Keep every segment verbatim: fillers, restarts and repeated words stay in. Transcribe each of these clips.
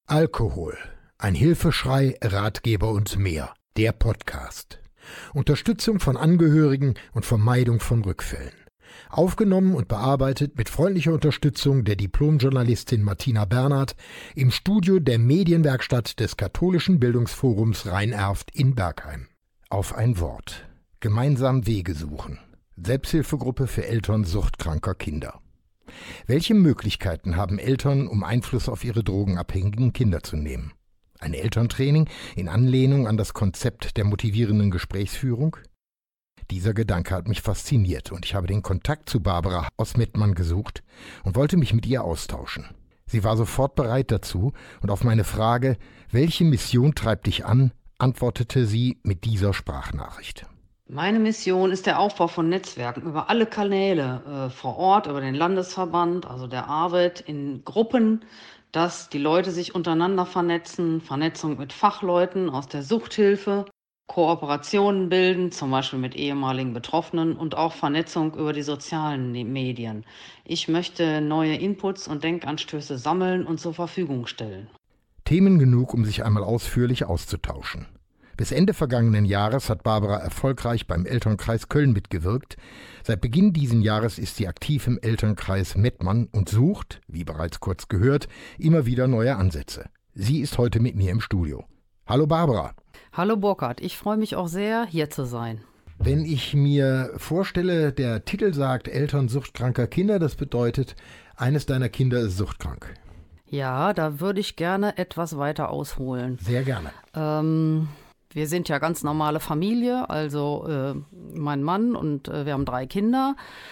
Alkohol. Ein Hilfeschrei, Ratgeber und mehr. Der Podcast. Unterstützung von Angehörigen und Vermeidung von Rückfällen. Aufgenommen und bearbeitet mit freundlicher Unterstützung der Diplomjournalistin Martina Bernhard im Studio der Medienwerkstatt des Katholischen Bildungsforums Rhein-Erft in Bergheim. Auf ein Wort. Gemeinsam Wege suchen. Selbsthilfegruppe für Eltern suchtkranker Kinder. Welche Möglichkeiten haben Eltern, um Einfluss auf ihre drogenabhängigen Kinder zu nehmen? Ein Elterntraining in Anlehnung an das Konzept der motivierenden Gesprächsführung? Dieser Gedanke hat mich fasziniert und ich habe den Kontakt zu Barbara aus Mettmann gesucht und wollte mich mit ihr austauschen. Sie war sofort bereit dazu und auf meine Frage, welche Mission treibt dich an, antwortete sie mit dieser Sprachnachricht. Meine Mission ist der Aufbau von Netzwerken über alle Kanäle, äh, vor Ort, über den Landesverband, also der Arbeit, in Gruppen, dass die Leute sich untereinander vernetzen, Vernetzung mit Fachleuten aus der Suchthilfe, Kooperationen bilden, zum Beispiel mit ehemaligen Betroffenen und auch Vernetzung über die sozialen Medien. Ich möchte neue Inputs und Denkanstöße sammeln und zur Verfügung stellen. Themen genug, um sich einmal ausführlich auszutauschen. Bis Ende vergangenen Jahres hat Barbara erfolgreich beim Elternkreis Köln mitgewirkt. Seit Beginn diesen Jahres ist sie aktiv im Elternkreis Mettmann und sucht, wie bereits kurz gehört, immer wieder neue Ansätze. Sie ist heute mit mir im Studio. Hallo Barbara. Hallo Burkhard, ich freue mich auch sehr, hier zu sein. Wenn ich mir vorstelle, der Titel sagt Eltern suchtkranker Kinder, das bedeutet, eines deiner Kinder ist suchtkrank. Ja, da würde ich gerne etwas weiter ausholen. Sehr gerne. Ähm... Wir sind ja ganz normale Familie, also äh, mein Mann und äh, wir haben drei Kinder.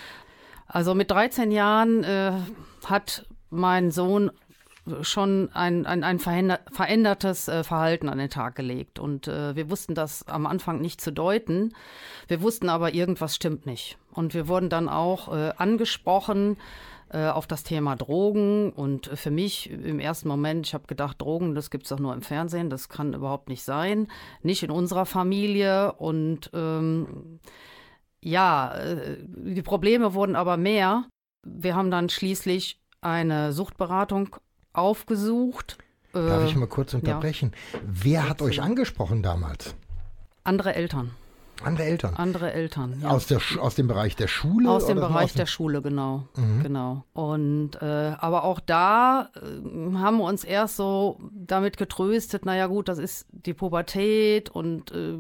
Also mit dreizehn Jahren äh, hat mein Sohn schon ein, ein, ein verändertes äh, Verhalten an den Tag gelegt. Und äh, wir wussten das am Anfang nicht zu deuten. Wir wussten aber, irgendwas stimmt nicht. Und wir wurden dann auch äh, angesprochen auf das Thema Drogen und für mich im ersten Moment, ich habe gedacht, Drogen, das gibt es doch nur im Fernsehen, das kann überhaupt nicht sein, nicht in unserer Familie und ähm, ja, die Probleme wurden aber mehr. Wir haben dann schließlich eine Suchtberatung aufgesucht. Darf ich mal kurz unterbrechen? Ja. Wer hat euch angesprochen damals? Andere Eltern. Andere Eltern? Andere Eltern, ja. Aus, der, aus dem Bereich der Schule? Aus dem oder Bereich aus dem der Schule, genau. Mhm. genau. Und äh, aber auch da äh, haben wir uns erst so damit getröstet, naja gut, das ist die Pubertät und äh,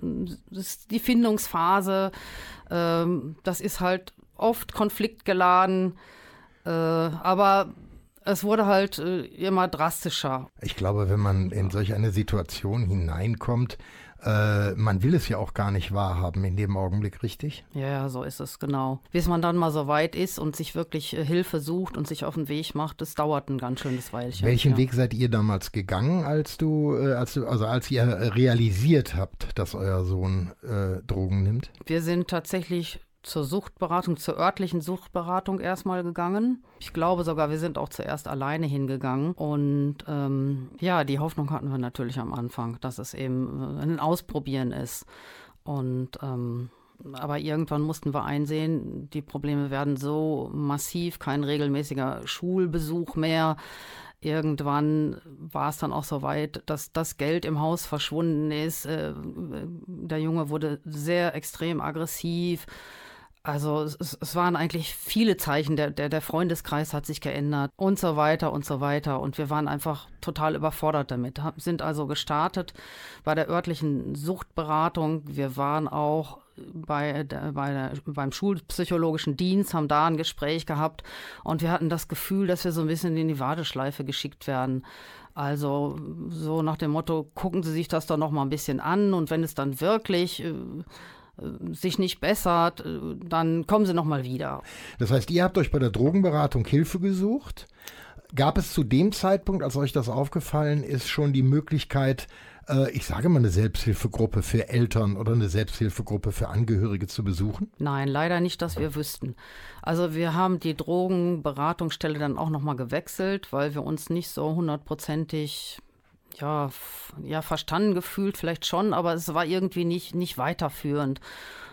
das ist die Findungsphase. Äh, das ist halt oft konfliktgeladen, äh, aber es wurde halt äh, immer drastischer. Ich glaube, wenn man in solch eine Situation hineinkommt, Äh, man will es ja auch gar nicht wahrhaben in dem Augenblick, richtig? Ja, so ist es, genau. Bis man dann mal so weit ist und sich wirklich äh, Hilfe sucht und sich auf den Weg macht, das dauert ein ganz schönes Weilchen. Welchen ja. Weg seid ihr damals gegangen, als du, äh, als du, also als ihr realisiert habt, dass euer Sohn äh, Drogen nimmt? Wir sind tatsächlich zur Suchtberatung, zur örtlichen Suchtberatung erstmal gegangen. Ich glaube sogar, wir sind auch zuerst alleine hingegangen. Und ähm, ja, die Hoffnung hatten wir natürlich am Anfang, dass es eben ein Ausprobieren ist. Und ähm, aber irgendwann mussten wir einsehen, die Probleme werden so massiv, kein regelmäßiger Schulbesuch mehr. Irgendwann war es dann auch so weit, dass das Geld im Haus verschwunden ist. Äh, der Junge wurde sehr extrem aggressiv. Also es, es waren eigentlich viele Zeichen, der, der, der Freundeskreis hat sich geändert und so weiter und so weiter. Und wir waren einfach total überfordert damit, sind also gestartet bei der örtlichen Suchtberatung. Wir waren auch bei der, bei der, beim schulpsychologischen Dienst, haben da ein Gespräch gehabt und wir hatten das Gefühl, dass wir so ein bisschen in die Warteschleife geschickt werden. Also so nach dem Motto, gucken Sie sich das doch noch mal ein bisschen an und wenn es dann wirklich äh, sich nicht bessert, dann kommen Sie noch mal wieder. Das heißt, ihr habt euch bei der Drogenberatung Hilfe gesucht. Gab es zu dem Zeitpunkt, als euch das aufgefallen ist, schon die Möglichkeit, äh, ich sage mal, eine Selbsthilfegruppe für Eltern oder eine Selbsthilfegruppe für Angehörige zu besuchen? Nein, leider nicht, dass wir wüssten. Also wir haben die Drogenberatungsstelle dann auch noch mal gewechselt, weil wir uns nicht so hundertprozentig Ja, f- ja, verstanden gefühlt vielleicht schon, aber es war irgendwie nicht, nicht weiterführend.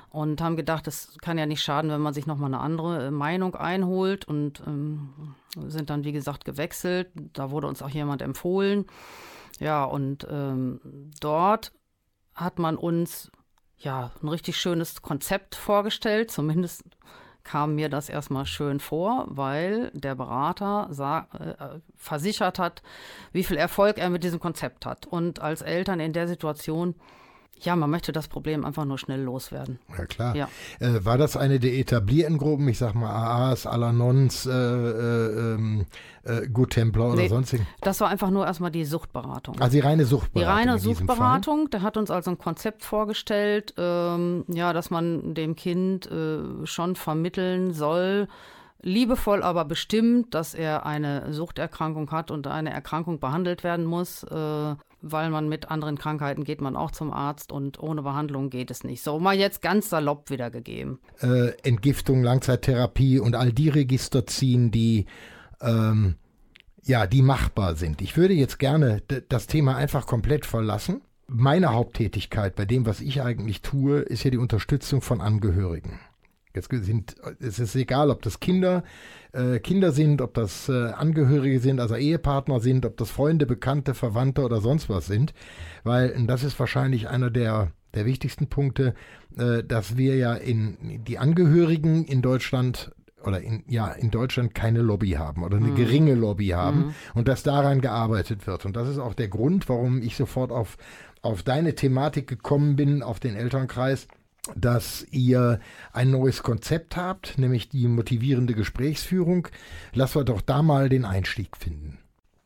und haben gedacht, es kann ja nicht schaden, wenn man sich nochmal eine andere Meinung einholt und ähm, sind dann, wie gesagt, gewechselt. Da wurde uns auch jemand empfohlen. Ja, und ähm, dort hat man uns ja ein richtig schönes Konzept vorgestellt, zumindest kam mir das erstmal schön vor, weil der Berater sa- äh, versichert hat, wie viel Erfolg er mit diesem Konzept hat. Und als Eltern in der Situation, ja, man möchte das Problem einfach nur schnell loswerden. Ja, klar. Ja. Äh, war das eine der etablierten Gruppen, ich sag mal A As, Al-Anons, äh, äh, äh, Good Templar oder Nee, sonstigen? Das war einfach nur erstmal die Suchtberatung. Also die reine Suchtberatung. Die reine in diesem Suchtberatung, der hat uns also ein Konzept vorgestellt, ähm, ja, dass man dem Kind äh, schon vermitteln soll, liebevoll aber bestimmt, dass er eine Suchterkrankung hat und eine Erkrankung behandelt werden muss, äh, weil man mit anderen Krankheiten geht man auch zum Arzt und ohne Behandlung geht es nicht. So, mal jetzt ganz salopp wiedergegeben. Fall. Äh, Entgiftung, Langzeittherapie und all die Register ziehen, die ähm, ja, die machbar sind. Ich würde jetzt gerne d- das Thema einfach komplett verlassen. Meine Haupttätigkeit bei dem, was ich eigentlich tue, ist ja die Unterstützung von Angehörigen. Jetzt sind, es ist egal, ob das Kinder, äh, Kinder sind, ob das äh, Angehörige sind, also Ehepartner sind, ob das Freunde, Bekannte, Verwandte oder sonst was sind, weil das ist wahrscheinlich einer der, der wichtigsten Punkte, äh, dass wir ja in die Angehörigen in Deutschland oder in, ja, in Deutschland keine Lobby haben oder eine Mhm. geringe Lobby haben Mhm. und dass daran gearbeitet wird. Und das ist auch der Grund, warum ich sofort auf, auf deine Thematik gekommen bin, auf den Elternkreis, dass ihr ein neues Konzept habt, nämlich die motivierende Gesprächsführung. Lass wir doch da mal den Einstieg finden.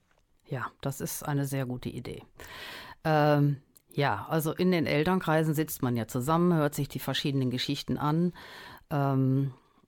Ja, das ist eine sehr gute Idee. Ähm, ja, also in den Elternkreisen sitzt man ja zusammen, hört sich die verschiedenen Geschichten an. Ähm,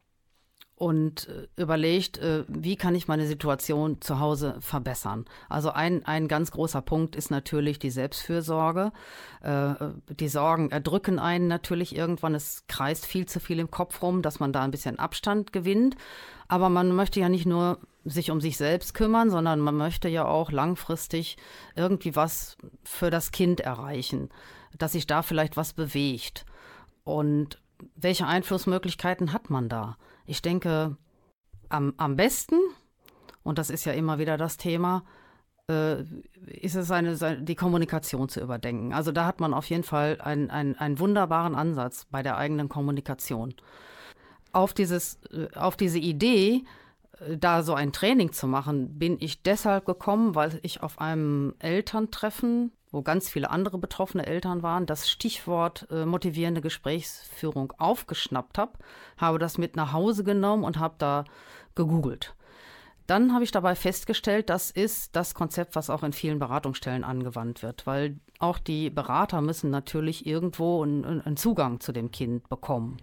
und äh, überlegt, äh, wie kann ich meine Situation zu Hause verbessern. Also ein, ein ganz großer Punkt ist natürlich die Selbstfürsorge. Äh, die Sorgen erdrücken einen natürlich irgendwann. Es kreist viel zu viel im Kopf rum, dass man da ein bisschen Abstand gewinnt. Aber man möchte ja nicht nur sich um sich selbst kümmern, sondern man möchte ja auch langfristig irgendwie was für das Kind erreichen, dass sich da vielleicht was bewegt. Und welche Einflussmöglichkeiten hat man da? Ich denke, am, am besten, und das ist ja immer wieder das Thema, äh, ist es eine, seine, die Kommunikation zu überdenken. Also da hat man auf jeden Fall einen, einen, einen wunderbaren Ansatz bei der eigenen Kommunikation. Auf, dieses, äh, auf diese Idee, äh, da so ein Training zu machen, bin ich deshalb gekommen, weil ich auf einem Elterntreffen, wo ganz viele andere betroffene Eltern waren, das Stichwort äh, motivierende Gesprächsführung aufgeschnappt habe, habe das mit nach Hause genommen und habe da gegoogelt. Dann habe ich dabei festgestellt, das ist das Konzept, was auch in vielen Beratungsstellen angewandt wird, weil auch die Berater müssen natürlich irgendwo einen, einen Zugang zu dem Kind bekommen.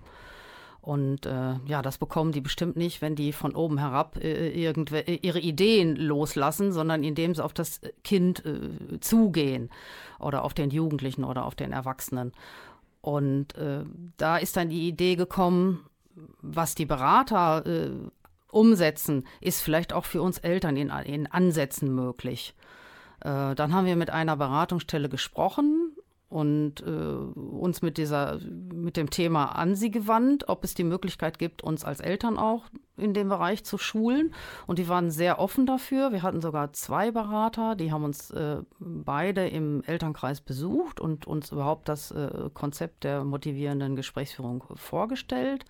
Und äh, ja, das bekommen die bestimmt nicht, wenn die von oben herab äh, irgendw- ihre Ideen loslassen, sondern indem sie auf das Kind äh, zugehen oder auf den Jugendlichen oder auf den Erwachsenen. Und äh, da ist dann die Idee gekommen, was die Berater äh, umsetzen, ist vielleicht auch für uns Eltern in, in Ansätzen möglich. Äh, dann haben wir mit einer Beratungsstelle gesprochen und äh, uns mit dieser, mit dem Thema an sie gewandt, ob es die Möglichkeit gibt, uns als Eltern auch in dem Bereich zu schulen. Und die waren sehr offen dafür. Wir hatten sogar zwei Berater, die haben uns äh, beide im Elternkreis besucht und uns überhaupt das äh, Konzept der motivierenden Gesprächsführung vorgestellt.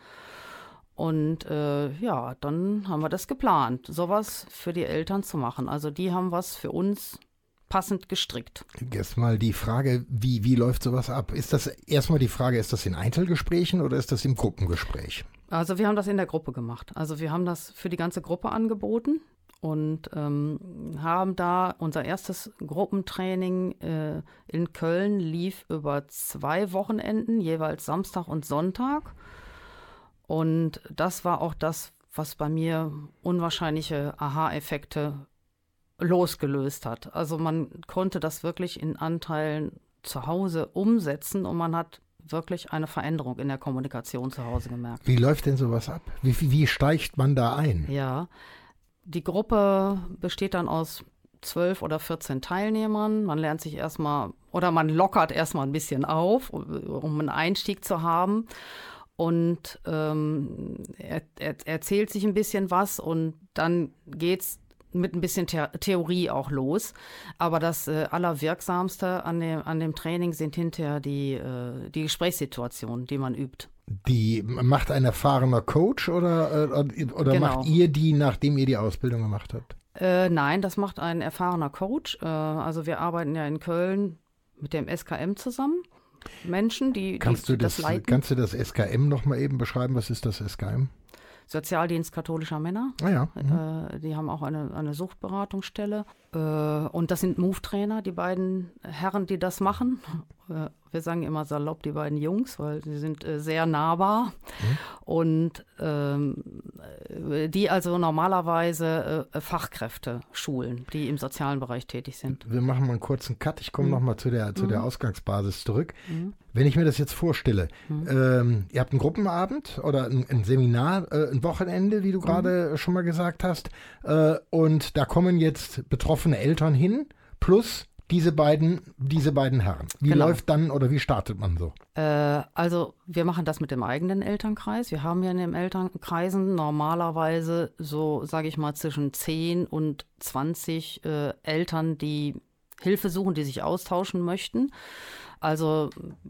Und äh, ja, dann haben wir das geplant, sowas für die Eltern zu machen. Also die haben was für uns passend gestrickt. Jetzt mal die Frage, wie, wie läuft sowas ab? Ist das erstmal die Frage, ist das in Einzelgesprächen oder ist das im Gruppengespräch? Also wir haben das in der Gruppe gemacht. Also wir haben das für die ganze Gruppe angeboten und ähm, haben da unser erstes Gruppentraining äh, in Köln lief über zwei Wochenenden, jeweils Samstag und Sonntag. Und das war auch das, was bei mir unwahrscheinliche Aha-Effekte losgelöst hat. Also man konnte das wirklich in Anteilen zu Hause umsetzen und man hat wirklich eine Veränderung in der Kommunikation zu Hause gemerkt. Wie läuft denn sowas ab? Wie, wie steigt man da ein? Ja, die Gruppe besteht dann aus zwölf oder vierzehn Teilnehmern. Man lernt sich erstmal oder man lockert erstmal ein bisschen auf, um einen Einstieg zu haben. und ähm, er, er erzählt sich ein bisschen was und dann geht's mit ein bisschen The- Theorie auch los. Aber das äh, Allerwirksamste an dem, an dem Training sind hinterher die, äh, die Gesprächssituationen, die man übt. Die macht ein erfahrener Coach oder, äh, oder Genau. macht ihr die, nachdem ihr die Ausbildung gemacht habt? Äh, nein, das macht ein erfahrener Coach. Äh, also wir arbeiten ja in Köln mit dem S K M zusammen. Menschen, die, Kannst die du das, das leiten. kannst du das S K M noch mal eben beschreiben? Was ist das S K M? Sozialdienst katholischer Männer. Ah ja. Mhm. Äh, die haben auch eine, eine Suchtberatungsstelle. Äh, und das sind Move-Trainer, die beiden Herren, die das machen. Äh, wir sagen immer salopp, die beiden Jungs, weil sie sind äh, sehr nahbar. Mhm. Und ähm, die also normalerweise äh, Fachkräfte schulen, die im sozialen Bereich tätig sind. Wir machen mal einen kurzen Cut. Ich komme mhm. noch mal zu der, zu mhm. der Ausgangsbasis zurück. Mhm. Wenn ich mir das jetzt vorstelle, mhm. ähm, ihr habt einen Gruppenabend oder ein, ein Seminar, äh, ein Wochenende, wie du gerade mhm. schon mal gesagt hast, äh, und da kommen jetzt betroffene Eltern hin, plus diese beiden, diese beiden Herren. Wie genau. läuft dann oder wie startet man so? Äh, also wir machen das mit dem eigenen Elternkreis. Wir haben ja in den Elternkreisen normalerweise so, sage ich mal, zwischen zehn und zwanzig äh, Eltern, die Hilfe suchen, die sich austauschen möchten. Also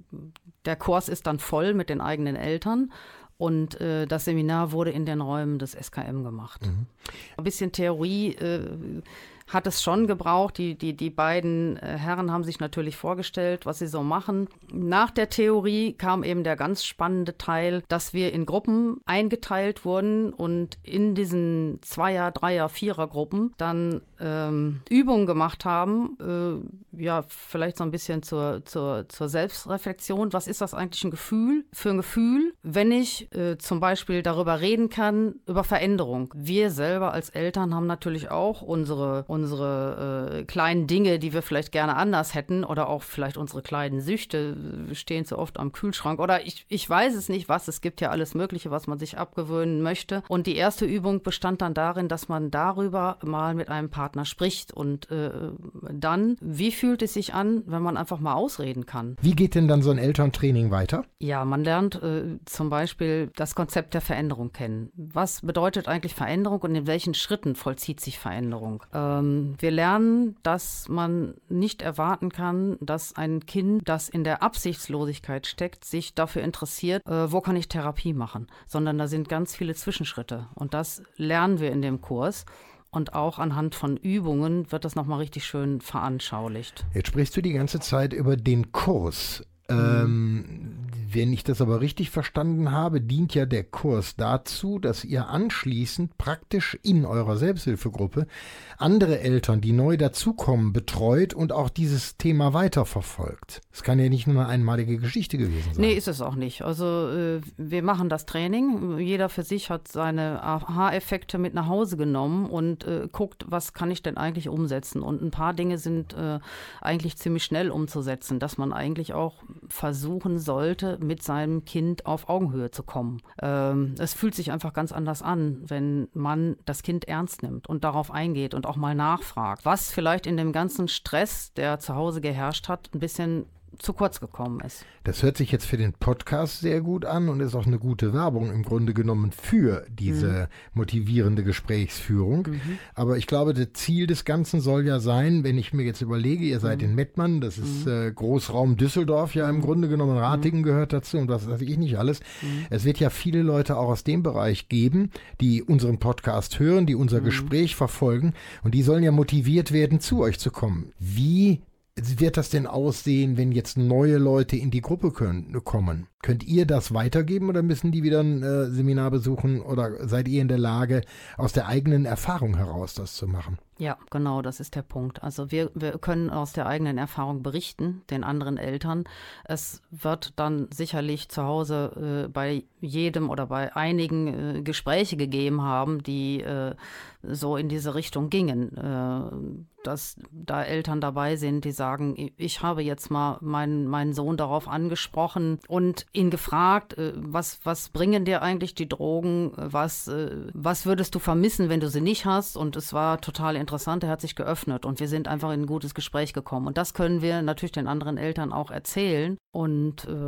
der Kurs ist dann voll mit den eigenen Eltern und äh, das Seminar wurde in den Räumen des S K M gemacht. Mhm. Ein bisschen Theorie äh, hat es schon gebraucht. Die, die, die beiden äh, Herren haben sich natürlich vorgestellt, was sie so machen. Nach der Theorie kam eben der ganz spannende Teil, dass wir in Gruppen eingeteilt wurden und in diesen Zweier-, Dreier-, Vierer-Gruppen dann ähm, Übungen gemacht haben, äh, ja, vielleicht so ein bisschen zur, zur, zur Selbstreflexion. Was ist das eigentlich ein Gefühl, für ein Gefühl, wenn ich äh, zum Beispiel darüber reden kann, über Veränderung? Wir selber als Eltern haben natürlich auch unsere, unsere äh, kleinen Dinge, die wir vielleicht gerne anders hätten oder auch vielleicht unsere kleinen Süchte. Wir stehen zu oft am Kühlschrank oder ich, ich weiß es nicht was. Es gibt ja alles Mögliche, was man sich abgewöhnen möchte. Und die erste Übung bestand dann darin, dass man darüber mal mit einem Partner spricht und äh, dann, wie fühlt es sich an, wenn man einfach mal ausreden kann? Wie geht denn dann so ein Elterntraining weiter? Ja, man lernt äh, zum Beispiel das Konzept der Veränderung kennen. Was bedeutet eigentlich Veränderung und in welchen Schritten vollzieht sich Veränderung? Ähm, wir lernen, dass man nicht erwarten kann, dass ein Kind, das in der Absichtslosigkeit steckt, sich dafür interessiert, äh, wo kann ich Therapie machen, sondern da sind ganz viele Zwischenschritte und das lernen wir in dem Kurs. Und auch anhand von Übungen wird das nochmal richtig schön veranschaulicht. Jetzt sprichst du die ganze Zeit über den Kurs. Mhm. Ähm, wenn ich das aber richtig verstanden habe, dient ja der Kurs dazu, dass ihr anschließend praktisch in eurer Selbsthilfegruppe andere Eltern, die neu dazukommen, betreut und auch dieses Thema weiterverfolgt. Es kann ja nicht nur eine einmalige Geschichte gewesen sein. Nee, ist es auch nicht. Also äh, wir machen das Training. Jeder für sich hat seine Aha-Effekte mit nach Hause genommen und äh, guckt, was kann ich denn eigentlich umsetzen. Und ein paar Dinge sind äh, eigentlich ziemlich schnell umzusetzen, dass man eigentlich auch versuchen sollte, mit seinem Kind auf Augenhöhe zu kommen. Ähm, es fühlt sich einfach ganz anders an, wenn man das Kind ernst nimmt und darauf eingeht und auch mal nachfragt, was vielleicht in dem ganzen Stress, der zu Hause geherrscht hat, ein bisschen zu kurz gekommen ist. Das hört sich jetzt für den Podcast sehr gut an und ist auch eine gute Werbung im Grunde genommen für diese mhm. motivierende Gesprächsführung. Mhm. Aber ich glaube, das Ziel des Ganzen soll ja sein, wenn ich mir jetzt überlege, ihr seid mhm. in Mettmann, das ist mhm. äh, Großraum Düsseldorf, ja im Grunde genommen, Ratingen mhm. gehört dazu und was weiß ich nicht alles. Mhm. Es wird ja viele Leute auch aus dem Bereich geben, die unseren Podcast hören, die unser mhm. Gespräch verfolgen und die sollen ja motiviert werden, zu euch zu kommen. Wie wird das denn aussehen, wenn jetzt neue Leute in die Gruppe können, kommen? Könnt ihr das weitergeben oder müssen die wieder ein äh, Seminar besuchen oder seid ihr in der Lage, aus der eigenen Erfahrung heraus das zu machen? Ja, genau, das ist der Punkt. Also wir, wir können aus der eigenen Erfahrung berichten, den anderen Eltern. Es wird dann sicherlich zu Hause äh, bei jedem oder bei einigen äh, Gespräche gegeben haben, die äh, so in diese Richtung gingen. Äh, dass da Eltern dabei sind, die sagen, ich habe jetzt mal meinen, meinen Sohn darauf angesprochen und ihn gefragt, äh, was, was bringen dir eigentlich die Drogen? Was, äh, was würdest du vermissen, wenn du sie nicht hast? Und es war total interessant, er hat sich geöffnet und wir sind einfach in ein gutes Gespräch gekommen. Und das können wir natürlich den anderen Eltern auch erzählen und äh,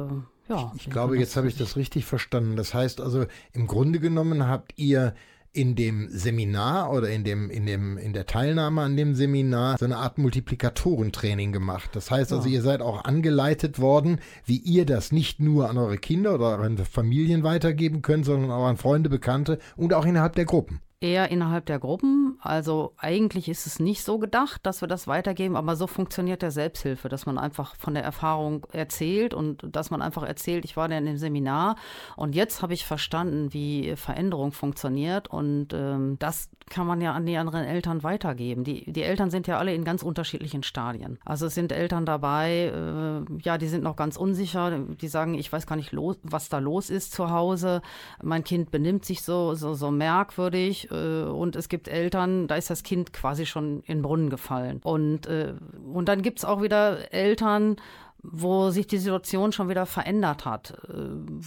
ja. Ich, ich glaube, jetzt habe ich das richtig verstanden. Das heißt also, im Grunde genommen habt ihr in dem Seminar oder in dem, in dem, in der Teilnahme an dem Seminar so eine Art Multiplikatorentraining gemacht. Das heißt also, ja. Ihr seid auch angeleitet worden, wie ihr das nicht nur an eure Kinder oder an Familien weitergeben könnt, sondern auch an Freunde, Bekannte und auch innerhalb der Gruppen. Eher innerhalb der Gruppen. Also eigentlich ist es nicht so gedacht, dass wir das weitergeben, aber so funktioniert der Selbsthilfe, dass man einfach von der Erfahrung erzählt und dass man einfach erzählt, ich war da in dem Seminar und jetzt habe ich verstanden, wie Veränderung funktioniert und ähm, das kann man ja an die anderen Eltern weitergeben. Die, die Eltern sind ja alle in ganz unterschiedlichen Stadien. Also es sind Eltern dabei, äh, ja, die sind noch ganz unsicher, die sagen, ich weiß gar nicht, los, was da los ist zu Hause, mein Kind benimmt sich so, so, so merkwürdig. Und es gibt Eltern, da ist das Kind quasi schon in den Brunnen gefallen. Und, äh, und dann gibt es auch wieder Eltern, wo sich die Situation schon wieder verändert hat, äh,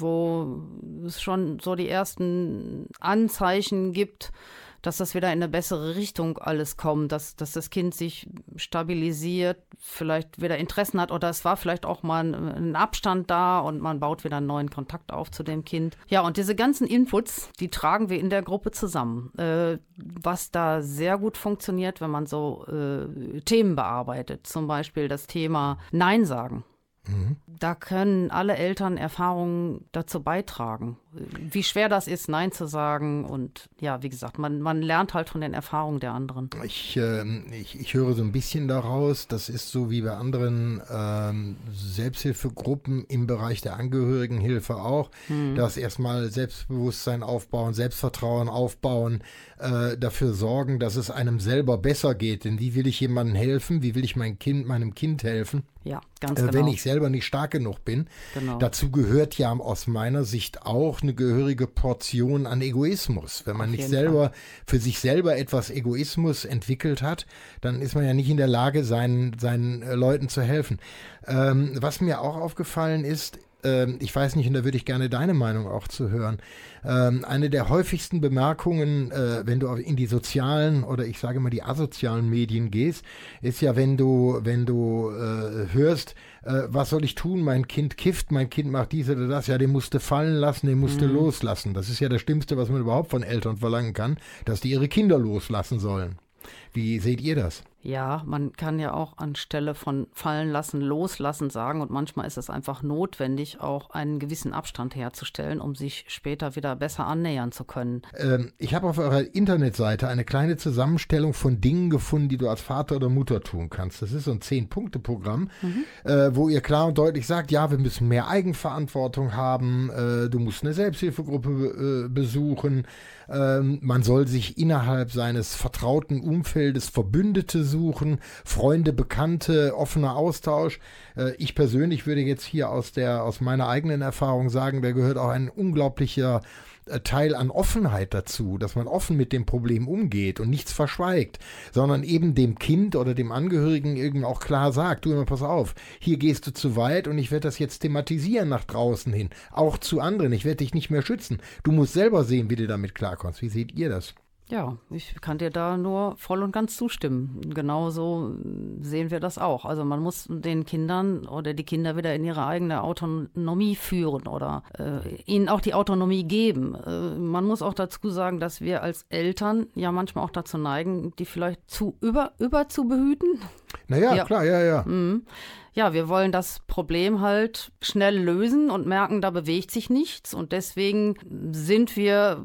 wo es schon so die ersten Anzeichen gibt, dass das wieder in eine bessere Richtung alles kommt, dass, dass das Kind sich stabilisiert, vielleicht wieder Interessen hat oder es war vielleicht auch mal ein, ein Abstand da und man baut wieder einen neuen Kontakt auf zu dem Kind. Ja, und diese ganzen Inputs, die tragen wir in der Gruppe zusammen. Äh, was da sehr gut funktioniert, wenn man so äh, Themen bearbeitet, zum Beispiel das Thema Nein sagen. Mhm. Da können alle Eltern Erfahrungen dazu beitragen, wie schwer das ist, Nein zu sagen. Und ja, wie gesagt, man, man lernt halt von den Erfahrungen der anderen. Ich, äh, ich, ich höre so ein bisschen daraus, das ist so wie bei anderen ähm, Selbsthilfegruppen im Bereich der Angehörigenhilfe auch, mhm. dass erstmal Selbstbewusstsein aufbauen, Selbstvertrauen aufbauen, äh, dafür sorgen, dass es einem selber besser geht. Denn wie will ich jemandem helfen? Wie will ich mein Kind, meinem Kind helfen? Ja, ganz äh, genau. Wenn ich selber nicht stark genug bin. Genau. Dazu gehört ja aus meiner Sicht auch eine gehörige Portion an Egoismus. Wenn man Auf nicht jeden selber Fall. für sich selber etwas Egoismus entwickelt hat, dann ist man ja nicht in der Lage, seinen, seinen äh, Leuten zu helfen. Ähm, was mir auch aufgefallen ist, ähm, ich weiß nicht, und da würde ich gerne deine Meinung auch zu hören, ähm, eine der häufigsten Bemerkungen, äh, wenn du in die sozialen oder ich sage mal die asozialen Medien gehst, ist ja, wenn du, wenn du äh, hörst, äh, was soll ich tun, mein Kind kifft, mein Kind macht dies oder das, ja, den musste fallen lassen, den musste mhm. loslassen. Das ist ja das Schlimmste, was man überhaupt von Eltern verlangen kann, dass die ihre Kinder loslassen sollen. Wie seht ihr das? Ja, man kann ja auch anstelle von fallen lassen, loslassen sagen und manchmal ist es einfach notwendig, auch einen gewissen Abstand herzustellen, um sich später wieder besser annähern zu können. Ähm, ich habe auf eurer Internetseite eine kleine Zusammenstellung von Dingen gefunden, die du als Vater oder Mutter tun kannst. Das ist so ein Zehn-Punkte-Programm, mhm. äh, wo ihr klar und deutlich sagt, ja, wir müssen mehr Eigenverantwortung haben, äh, du musst eine Selbsthilfegruppe äh, besuchen, ähm, man soll sich innerhalb seines vertrauten Umfeldes Verbündete suchen, Freunde, Bekannte, offener Austausch. Äh, ich persönlich würde jetzt hier aus der, aus meiner eigenen Erfahrung sagen, da gehört auch ein unglaublicher äh, Teil an Offenheit dazu, dass man offen mit dem Problem umgeht und nichts verschweigt, sondern eben dem Kind oder dem Angehörigen eben auch klar sagt, du immer pass auf, hier gehst du zu weit und ich werde das jetzt thematisieren nach draußen hin, auch zu anderen, ich werde dich nicht mehr schützen. Du musst selber sehen, wie du damit klarkommst. Wie seht ihr das? Ja, ich kann dir da nur voll und ganz zustimmen. Genauso sehen wir das auch. Also man muss den Kindern oder die Kinder wieder in ihre eigene Autonomie führen oder äh, ihnen auch die Autonomie geben. Äh, man muss auch dazu sagen, dass wir als Eltern ja manchmal auch dazu neigen, die vielleicht zu über, über zu behüten. Naja, ja. klar, ja, ja. Mhm. Ja, wir wollen das Problem halt schnell lösen und merken, da bewegt sich nichts. Und deswegen sind wir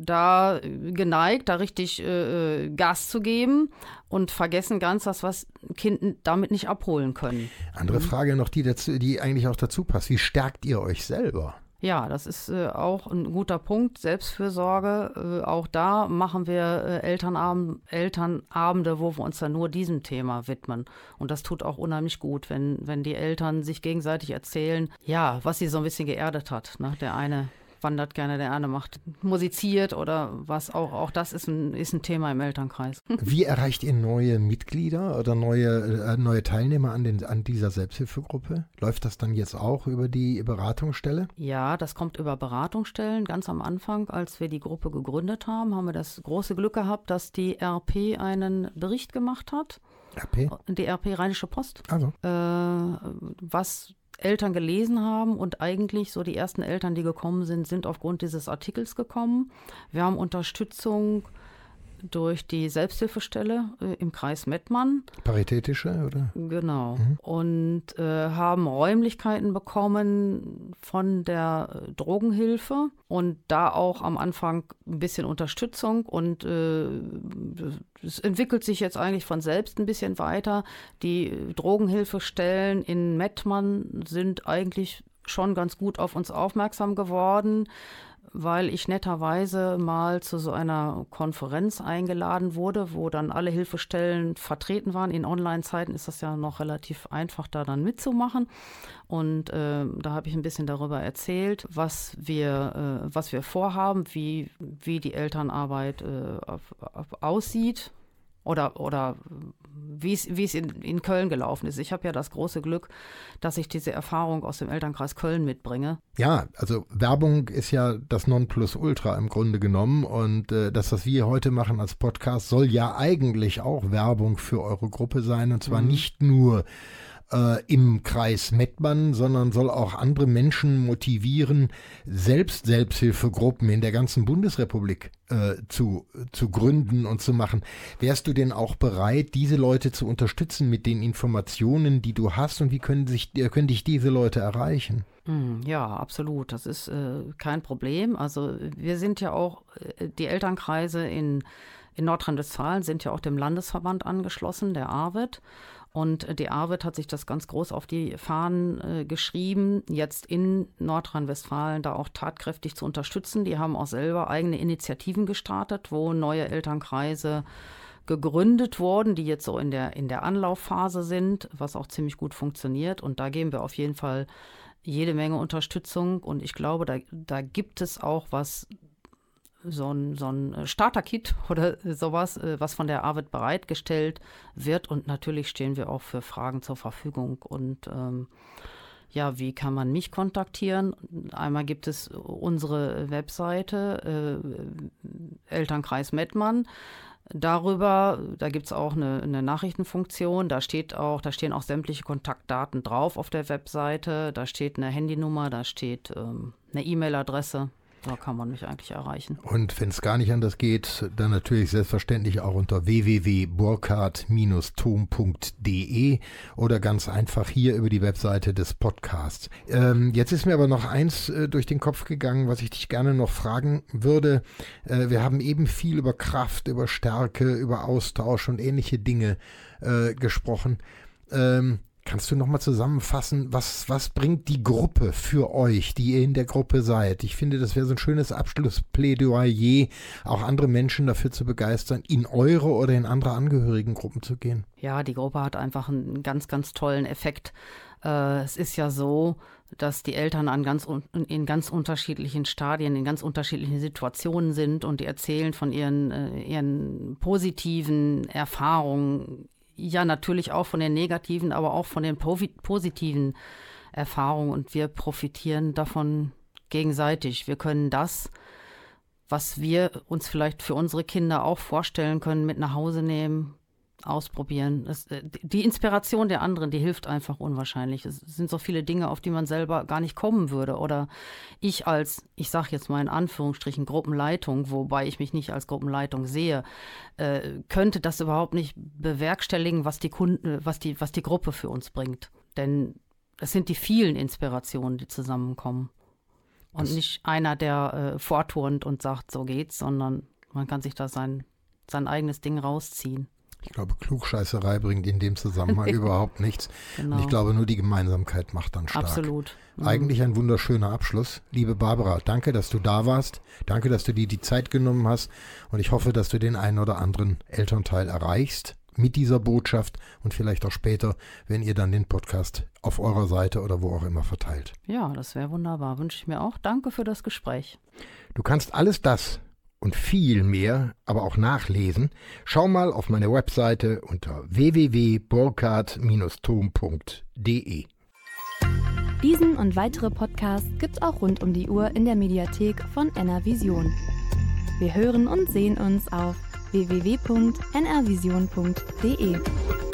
da geneigt, da richtig äh, Gas zu geben und vergessen ganz, dass wir das Kind damit nicht abholen können. Andere mhm. Frage noch, die, dazu, die eigentlich auch dazu passt. Wie stärkt ihr euch selber? Ja, das ist äh, auch ein guter Punkt, Selbstfürsorge. Äh, auch da machen wir äh, Elternabend, Elternabende, wo wir uns dann nur diesem Thema widmen. Und das tut auch unheimlich gut, wenn, wenn die Eltern sich gegenseitig erzählen, ja, was sie so ein bisschen geerdet hat. Ne? Der eine wandert gerne, der eine macht, musiziert oder was auch. Auch das ist ein, ist ein Thema im Elternkreis. Wie erreicht ihr neue Mitglieder oder neue, äh, neue Teilnehmer an, den, an dieser Selbsthilfegruppe? Läuft das dann jetzt auch über die Beratungsstelle? Ja, das kommt über Beratungsstellen. Ganz am Anfang, als wir die Gruppe gegründet haben, haben wir das große Glück gehabt, dass die R P einen Bericht gemacht hat. R P? Die R P Rheinische Post. Also. Äh, was Eltern gelesen haben und eigentlich so die ersten Eltern, die gekommen sind, sind aufgrund dieses Artikels gekommen. Wir haben Unterstützung durch die Selbsthilfestelle äh, im Kreis Mettmann. Paritätische, oder? Genau. Mhm. Und äh, haben Räumlichkeiten bekommen von der äh, Drogenhilfe und da auch am Anfang ein bisschen Unterstützung und äh, es entwickelt sich jetzt eigentlich von selbst ein bisschen weiter. Die Drogenhilfestellen in Mettmann sind eigentlich schon ganz gut auf uns aufmerksam geworden, weil ich netterweise mal zu so einer Konferenz eingeladen wurde, wo dann alle Hilfestellen vertreten waren. In Online-Zeiten ist das ja noch relativ einfach, da dann mitzumachen. Und äh, da habe ich ein bisschen darüber erzählt, was wir, äh, was wir vorhaben, wie, wie die Elternarbeit äh, auf, auf aussieht. Oder, oder wie es, wie es in, in Köln gelaufen ist. Ich habe ja das große Glück, dass ich diese Erfahrung aus dem Elternkreis Köln mitbringe. Ja, also Werbung ist ja das Nonplusultra im Grunde genommen. Und äh, das, was wir heute machen als Podcast, soll ja eigentlich auch Werbung für eure Gruppe sein. Und zwar mhm. nicht nur äh, im Kreis Mettmann, sondern soll auch andere Menschen motivieren, selbst Selbsthilfegruppen in der ganzen Bundesrepublik äh, zu, zu gründen und zu machen. Wärst du denn auch bereit, diese Leute zu unterstützen mit den Informationen, die du hast, und wie können, sich, können dich diese Leute erreichen? Ja, absolut. Das ist äh, kein Problem. Also wir sind ja auch, äh, die Elternkreise in, in Nordrhein-Westfalen sind ja auch dem Landesverband angeschlossen, der ARWED. Und die ARWED hat sich das ganz groß auf die Fahnen äh, geschrieben, jetzt in Nordrhein-Westfalen da auch tatkräftig zu unterstützen. Die haben auch selber eigene Initiativen gestartet, wo neue Elternkreise gegründet wurden, die jetzt so in der, in der Anlaufphase sind, was auch ziemlich gut funktioniert. Und da geben wir auf jeden Fall jede Menge Unterstützung. Und ich glaube, da, da gibt es auch was, so ein, so ein Starter-Kit oder sowas, was von der ARWED bereitgestellt wird. Und natürlich stehen wir auch für Fragen zur Verfügung. Und ähm, ja, wie kann man mich kontaktieren? Einmal gibt es unsere Webseite äh, Elternkreis Mettmann. Darüber, da gibt es auch eine, eine Nachrichtenfunktion, da steht auch, da stehen auch sämtliche Kontaktdaten drauf auf der Webseite, da steht eine Handynummer, da steht ähm, eine E-Mail-Adresse. Da kann man mich eigentlich erreichen. Und wenn es gar nicht anders geht, dann natürlich selbstverständlich auch unter w w w punkt burkhardt Bindestrich thom punkt d e oder ganz einfach hier über die Webseite des Podcasts. Ähm, jetzt ist mir aber noch eins äh, durch den Kopf gegangen, was ich dich gerne noch fragen würde. Äh, wir haben eben viel über Kraft, über Stärke, über Austausch und ähnliche Dinge äh, gesprochen. Ähm, Kannst du nochmal zusammenfassen, was, was bringt die Gruppe für euch, die ihr in der Gruppe seid? Ich finde, das wäre so ein schönes Abschlussplädoyer, auch andere Menschen dafür zu begeistern, in eure oder in andere Angehörigengruppen zu gehen. Ja, die Gruppe hat einfach einen ganz, ganz tollen Effekt. Äh, es ist ja so, dass die Eltern an ganz, in ganz unterschiedlichen Stadien, in ganz unterschiedlichen Situationen sind und die erzählen von ihren, äh, ihren positiven Erfahrungen. Ja, natürlich auch von den negativen, aber auch von den positiven Erfahrungen. Und wir profitieren davon gegenseitig. Wir können das, was wir uns vielleicht für unsere Kinder auch vorstellen können, mit nach Hause nehmen, ausprobieren. Das, die Inspiration der anderen, die hilft einfach unwahrscheinlich. Es sind so viele Dinge, auf die man selber gar nicht kommen würde. Oder ich als, ich sage jetzt mal in Anführungsstrichen, Gruppenleitung, wobei ich mich nicht als Gruppenleitung sehe, äh, könnte das überhaupt nicht bewerkstelligen, was die Kunden, was die, was die Gruppe für uns bringt. Denn es sind die vielen Inspirationen, die zusammenkommen. Und das nicht einer, der äh, vorturnt und sagt, so geht's, sondern man kann sich da sein, sein eigenes Ding rausziehen. Ich glaube, Klugscheißerei bringt in dem Zusammenhang überhaupt nichts. Genau. Und ich glaube, nur die Gemeinsamkeit macht dann stark. Absolut. Mhm. Eigentlich ein wunderschöner Abschluss. Liebe Barbara, danke, dass du da warst. Danke, dass du dir die Zeit genommen hast. Und ich hoffe, dass du den einen oder anderen Elternteil erreichst mit dieser Botschaft und vielleicht auch später, wenn ihr dann den Podcast auf eurer Seite oder wo auch immer verteilt. Ja, das wäre wunderbar. Wünsche ich mir auch. Danke für das Gespräch. Du kannst alles das und viel mehr, aber auch nachlesen. Schau mal auf meine Webseite unter w w w punkt burkhardt Bindestrich thom punkt d e. Diesen und weitere Podcasts gibt's auch rund um die Uhr in der Mediathek von N R Vision. Wir hören und sehen uns auf w w w punkt n r vision punkt d e.